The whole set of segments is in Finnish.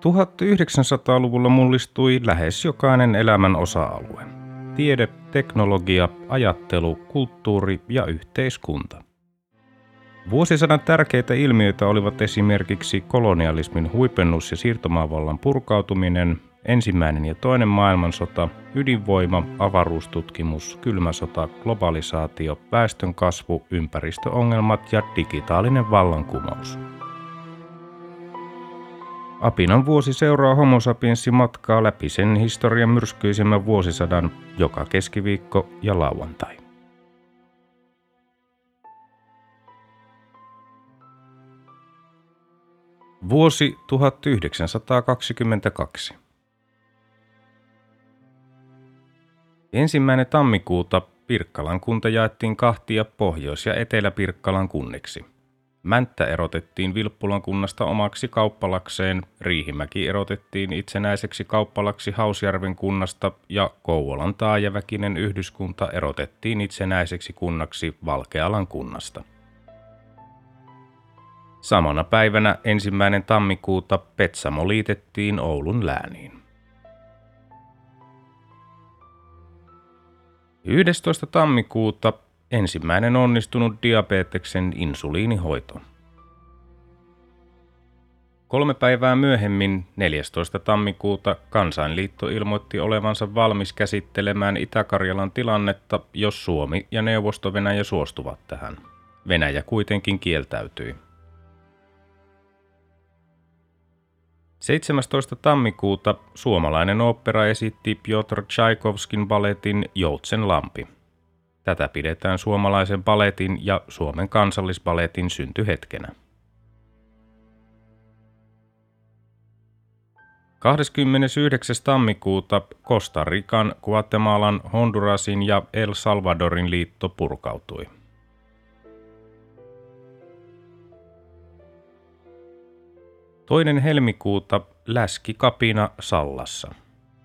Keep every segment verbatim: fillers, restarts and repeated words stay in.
tuhatyhdeksänsataaluvulla mullistui lähes jokainen elämän osa-alue. Tiede, teknologia, ajattelu, kulttuuri ja yhteiskunta. Vuosisadan tärkeitä ilmiöitä olivat esimerkiksi kolonialismin huipennus ja siirtomaavallan purkautuminen, ensimmäinen ja toinen maailmansota, ydinvoima, avaruustutkimus, kylmä sota, globalisaatio, väestönkasvu, ympäristöongelmat ja digitaalinen vallankumous. Apinan vuosi seuraa Homo sapiensin matkaa läpi sen historian myrskyisimmän vuosisadan joka keskiviikko ja lauantai. Vuosi tuhatyhdeksänsataakaksikymmentäkaksi. Ensimmäinen tammikuuta Pirkkalan kunta jaettiin kahtia Pohjois- ja Etelä-Pirkkalan kunniksi. Mänttä erotettiin Vilppulan kunnasta omaksi kauppalakseen, Riihimäki erotettiin itsenäiseksi kauppalaksi Hausjärven kunnasta ja Kouvolan taajaväkinen yhdyskunta erotettiin itsenäiseksi kunnaksi Valkealan kunnasta. Samana päivänä ensimmäinen tammikuuta Petsamo liitettiin Oulun lääniin. yhdestoista tammikuuta ensimmäinen onnistunut diabeteksen insuliinihoito. Kolme päivää myöhemmin, neljästoista tammikuuta, Kansainliitto ilmoitti olevansa valmis käsittelemään Itä-Karjalan tilannetta, jos Suomi ja Neuvosto-Venäjä suostuvat tähän. Venäjä kuitenkin kieltäytyi. seitsemästoista tammikuuta suomalainen ooppera esitti Pjotr Tšaikovskin balletin Joutsenlampi. Tätä pidetään suomalaisen balletin ja Suomen kansallisballetin syntyhetkenä. kahdeskymmenesyhdeksäs tammikuuta Costa Rican, Guatemalan, Hondurasin ja El Salvadorin liitto purkautui. Toinen helmikuuta läskikapina Sallassa.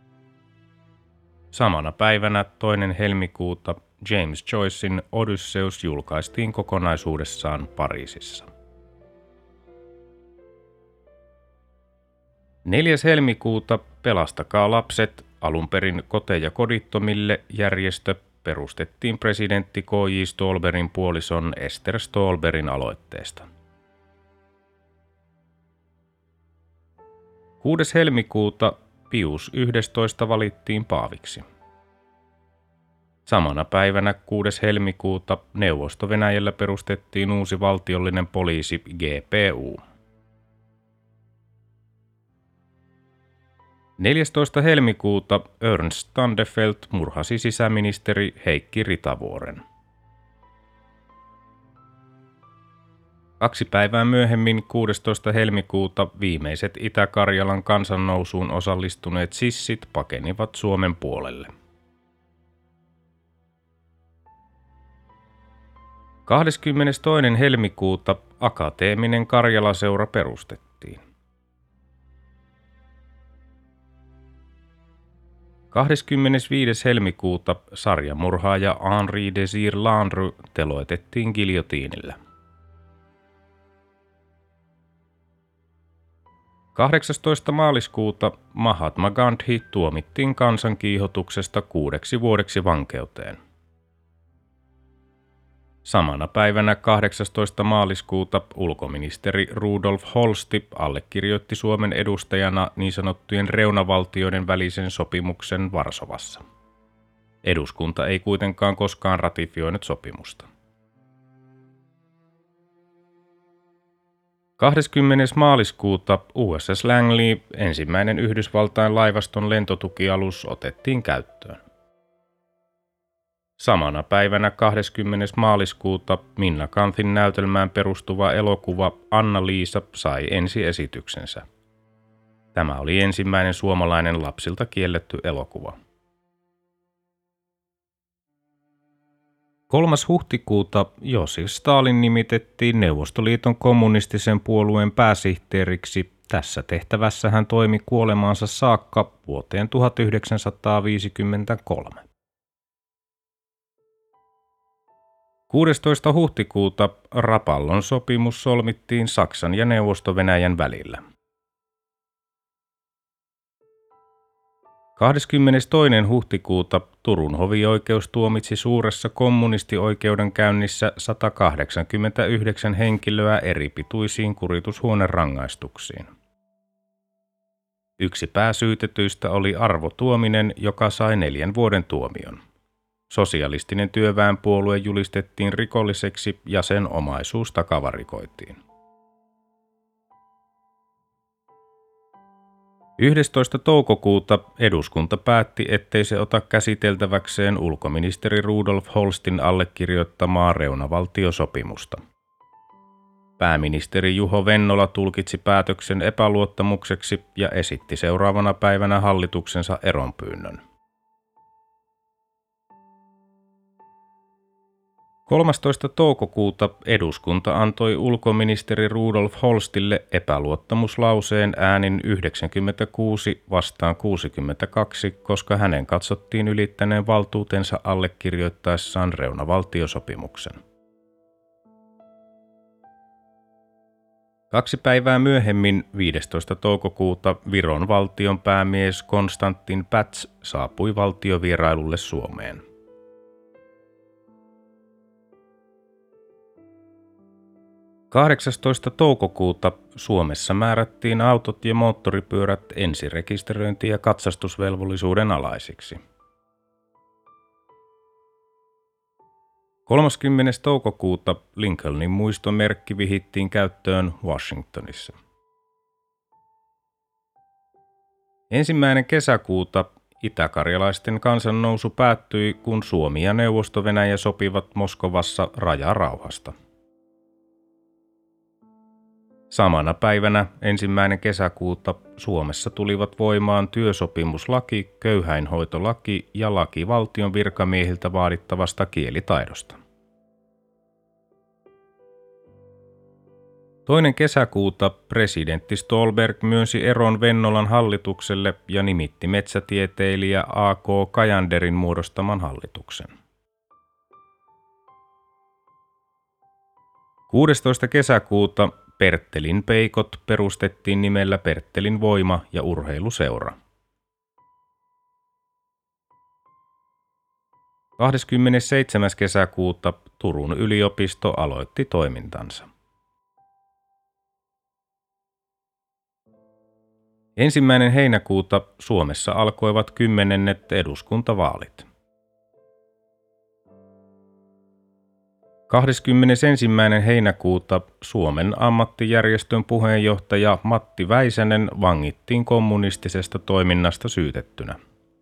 Samana päivänä toinen helmikuuta James Joycen Odysseus julkaistiin kokonaisuudessaan Pariisissa. neljäs helmikuuta Pelastakaa lapset, alun perin koteja kodittomille järjestö, perustettiin presidentti K J Ståhlbergin puolison Ester Ståhlbergin aloitteesta. kuudes helmikuuta Pius yhdestoista valittiin paaviksi. Samana päivänä kuudes helmikuuta Neuvosto-Venäjällä perustettiin uusi valtiollinen poliisi G P U. neljästoista helmikuuta Ernst Standefeld murhasi sisäministeri Heikki Ritavuoren. Kaksi päivää myöhemmin, kuudestoista helmikuuta, viimeiset Itä-Karjalan kansannousuun osallistuneet sissit pakenivat Suomen puolelle. kahdeskymmenestoinen helmikuuta Akateeminen Karjala-seura perustettiin. kahdeskymmenesviides helmikuuta sarjamurhaaja Henri Désir Landru teloitettiin giljotiinilla. kahdeksastoista maaliskuuta Mahatma Gandhi tuomittiin kansankiihotuksesta kuudeksi vuodeksi vankeuteen. Samana päivänä kahdeksastoista maaliskuuta ulkoministeri Rudolf Holsti allekirjoitti Suomen edustajana niin sanottujen reunavaltioiden välisen sopimuksen Varsovassa. Eduskunta ei kuitenkaan koskaan ratifioinut sopimusta. kahdeskymmenes maaliskuuta U S S Langley, ensimmäinen Yhdysvaltain laivaston lentotukialus, otettiin käyttöön. Samana päivänä kahdeskymmenes maaliskuuta Minna Canthin näytelmään perustuva elokuva Anna-Liisa sai ensiesityksensä. Tämä oli ensimmäinen suomalainen lapsilta kielletty elokuva. kolmas huhtikuuta Josif Stalin nimitettiin Neuvostoliiton kommunistisen puolueen pääsihteeriksi. Tässä tehtävässä hän toimi kuolemaansa saakka vuoteen tuhatyhdeksänsataaviisikymmentäkolme. kuudestoista huhtikuuta Rapallon sopimus solmittiin Saksan ja Neuvosto-Venäjän välillä. kahdeskymmenestoinen huhtikuuta Turun hovioikeus tuomitsi suuressa kommunistioikeudenkäynnissä sata kahdeksankymmentäyhdeksän henkilöä eripituisiin kuritushuonerangaistuksiin. Yksi pääsyytetyistä oli Arvo Tuominen, joka sai neljän vuoden tuomion. Sosialistinen työväenpuolue julistettiin rikolliseksi ja sen omaisuus takavarikoitiin. yhdestoista toukokuuta eduskunta päätti, ettei se ota käsiteltäväkseen ulkoministeri Rudolf Holstin allekirjoittamaa reunavaltiosopimusta. Pääministeri Juho Vennola tulkitsi päätöksen epäluottamukseksi ja esitti seuraavana päivänä hallituksensa eronpyynnön. kolmastoista toukokuuta eduskunta antoi ulkoministeri Rudolf Holstille epäluottamuslauseen äänin yhdeksänkymmentäkuusi vastaan kuusikymmentäkaksi, koska hänen katsottiin ylittäneen valtuutensa allekirjoittaessaan reunavaltiosopimuksen. Kaksi päivää myöhemmin, viidestoista toukokuuta, Viron valtion päämies Konstantin Päts saapui valtiovierailulle Suomeen. kahdeksastoista toukokuuta Suomessa määrättiin autot ja moottoripyörät ensirekisteröinti- ja katsastusvelvollisuuden alaisiksi. kolmaskymmenes toukokuuta Lincolnin muistomerkki vihittiin käyttöön Washingtonissa. Ensimmäinen kesäkuuta itäkarjalaisten kansannousu päättyi, kun Suomi ja Neuvosto-Venäjä sopivat Moskovassa rajarauhasta. Samana päivänä ensimmäinen kesäkuuta Suomessa tulivat voimaan työsopimuslaki, köyhäinhoitolaki ja laki valtion virkamiehiltä vaadittavasta kielitaidosta. Toinen kesäkuuta presidentti Stolberg myönsi eron Vennolan hallitukselle ja nimitti metsätieteilijä A K Kajanderin muodostaman hallituksen. kuudestoista kesäkuuta Perttelin peikot perustettiin nimellä Perttelin voima- ja urheiluseura. kahdeskymmenesseitsemäs kesäkuuta Turun yliopisto aloitti toimintansa. Ensimmäinen heinäkuuta Suomessa alkoivat kymmenennet eduskuntavaalit. kahdeskymmenesensimmäinen heinäkuuta Suomen ammattijärjestön puheenjohtaja Matti Väisänen vangittiin kommunistisesta toiminnasta syytettynä.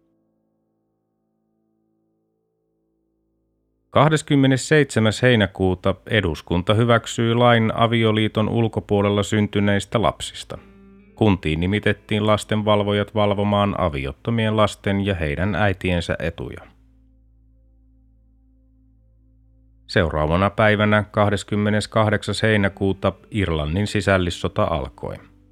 kahdeskymmenesseitsemäs heinäkuuta eduskunta hyväksyi lain avioliiton ulkopuolella syntyneistä lapsista. Kuntiin nimitettiin lastenvalvojat valvomaan aviottomien lasten ja heidän äitiensä etuja. Seuraavana päivänä kahdeskymmeneskahdeksas heinäkuuta Irlannin sisällissota alkoi.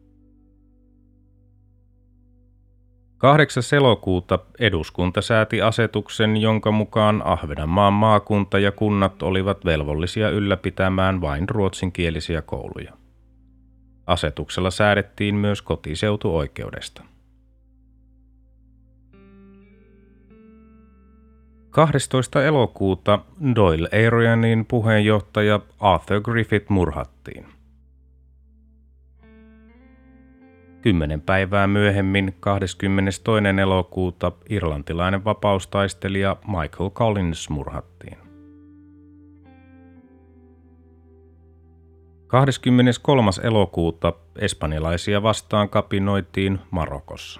kahdeksas elokuuta eduskunta sääti asetuksen, jonka mukaan Ahvenanmaan maakunta ja kunnat olivat velvollisia ylläpitämään vain ruotsinkielisiä kouluja. Asetuksella säädettiin myös kotiseutuoikeudesta. kahdestoista elokuuta Doyle Areanin puheenjohtaja Arthur Griffith murhattiin. Kymmenen päivää myöhemmin, kahdeskymmenestoinen elokuuta, irlantilainen vapaustaistelija Michael Collins murhattiin. kahdeskymmeneskolmas elokuuta espanjalaisia vastaan kapinoitiin Marokossa.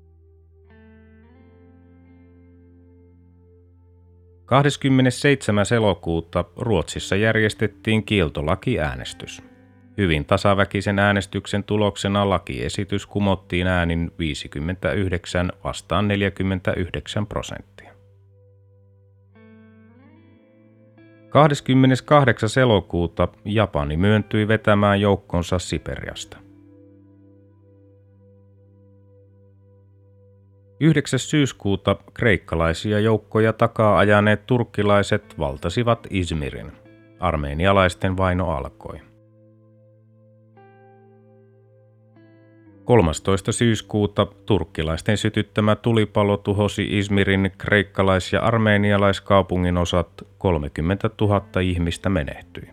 kahdeskymmenesseitsemäs elokuuta Ruotsissa järjestettiin kieltolakiäänestys. Hyvin tasaväkisen äänestyksen tuloksena lakiesitys kumottiin äänin viisikymmentäyhdeksän vastaan neljäkymmentäyhdeksän prosenttia. kahdeskymmeneskahdeksas elokuuta Japani myöntyi vetämään joukkonsa Siperiasta. yhdeksäs syyskuuta kreikkalaisia joukkoja takaa ajaneet turkkilaiset valtasivat Izmirin. Armeenialaisten vaino alkoi. kolmastoista syyskuuta turkkilaisten sytyttämä tulipalo tuhosi Izmirin kreikkalais- ja armeenialaiskaupungin osat, kolmekymmentätuhatta ihmistä menehtyi.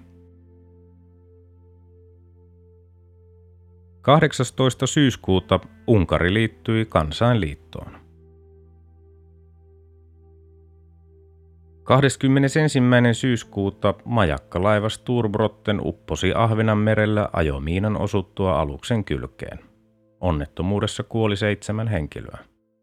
kahdeksastoista syyskuuta Unkari liittyi Kansainliittoon. kahdeskymmenesensimmäinen syyskuuta majakkalaiva Storbrotten upposi Ahvenanmerellä ajomiinan osuttua aluksen kylkeen. Onnettomuudessa kuoli seitsemän henkilöä.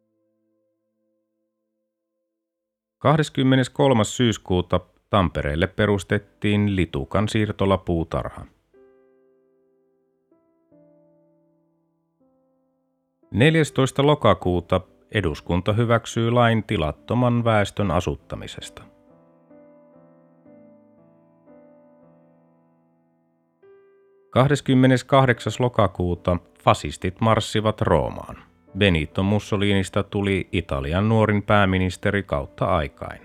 kahdeskymmeneskolmas syyskuuta Tampereelle perustettiin Litukan siirtolapuutarha. neljästoista lokakuuta eduskunta hyväksyy lain tilattoman väestön asuttamisesta. kahdeskymmeneskahdeksas lokakuuta fasistit marssivat Roomaan. Benito Mussolinista tuli Italian nuorin pääministeri kautta aikain.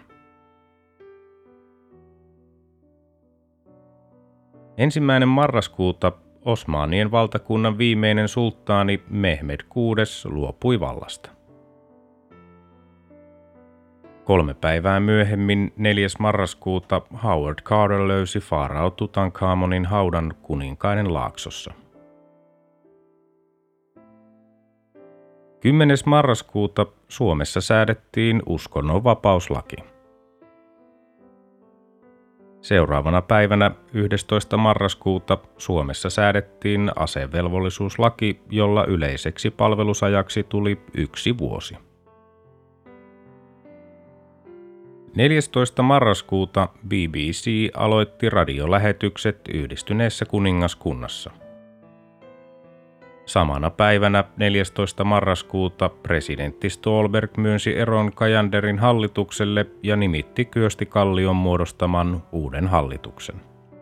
Ensimmäinen marraskuuta Osmanien valtakunnan viimeinen sulttaani Mehmed kuudes luopui vallasta. Kolme päivää myöhemmin, neljäs marraskuuta, Howard Carter löysi faarao Tutankhamonin haudan Kuninkaiden laaksossa. kymmenes marraskuuta Suomessa säädettiin uskonnonvapauslaki. Seuraavana päivänä yhdestoista marraskuuta Suomessa säädettiin asevelvollisuuslaki, jolla yleiseksi palvelusajaksi tuli yksi vuosi. neljästoista marraskuuta B B C aloitti radiolähetykset Yhdistyneessä kuningaskunnassa. Samana päivänä neljästoista marraskuuta presidentti Ståhlberg myönsi eron Cajanderin hallitukselle ja nimitti Kyösti Kallion muodostaman uuden hallituksen.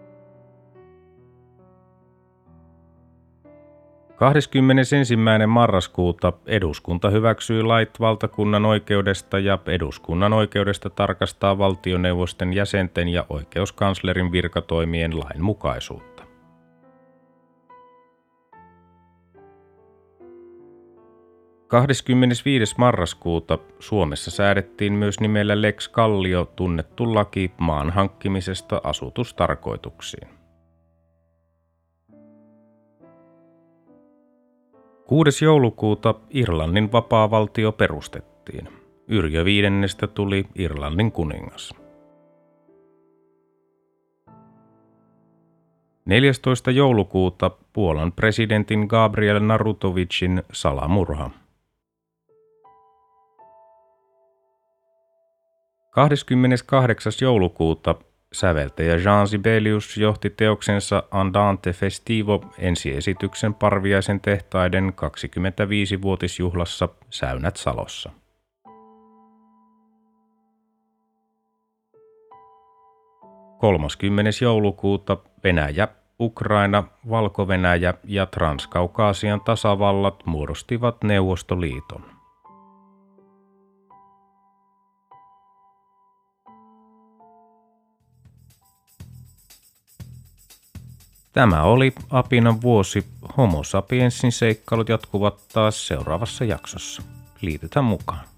kahdeskymmenesensimmäinen marraskuuta eduskunta hyväksyi lait valtakunnan oikeudesta ja eduskunnan oikeudesta tarkastaa valtioneuvoston jäsenten ja oikeuskanslerin virkatoimien lainmukaisuutta. kahdeskymmenesviides marraskuuta Suomessa säädettiin myös nimellä Lex Kallio tunnettu laki maan hankkimisesta asutustarkoituksiin. kuudes joulukuuta Irlannin vapaavaltio perustettiin. Yrjö viidennestä tuli Irlannin kuningas. neljästoista joulukuuta Puolan presidentin Gabriel Narutowicin salamurha. kahdeskymmeneskahdeksas joulukuuta säveltäjä Jean Sibelius johti teoksensa Andante Festivo ensiesityksen Parviaisen tehtaiden kaksikymmentäviisivuotisjuhlassa Säynät Salossa. kolmaskymmenes joulukuuta Venäjä, Ukraina, Valko-Venäjä ja Transkaukaasian tasavallat muodostivat Neuvostoliiton. Tämä oli Apinan vuosi. Homo sapiensin seikkailut jatkuvat taas seuraavassa jaksossa. Liitytään mukaan.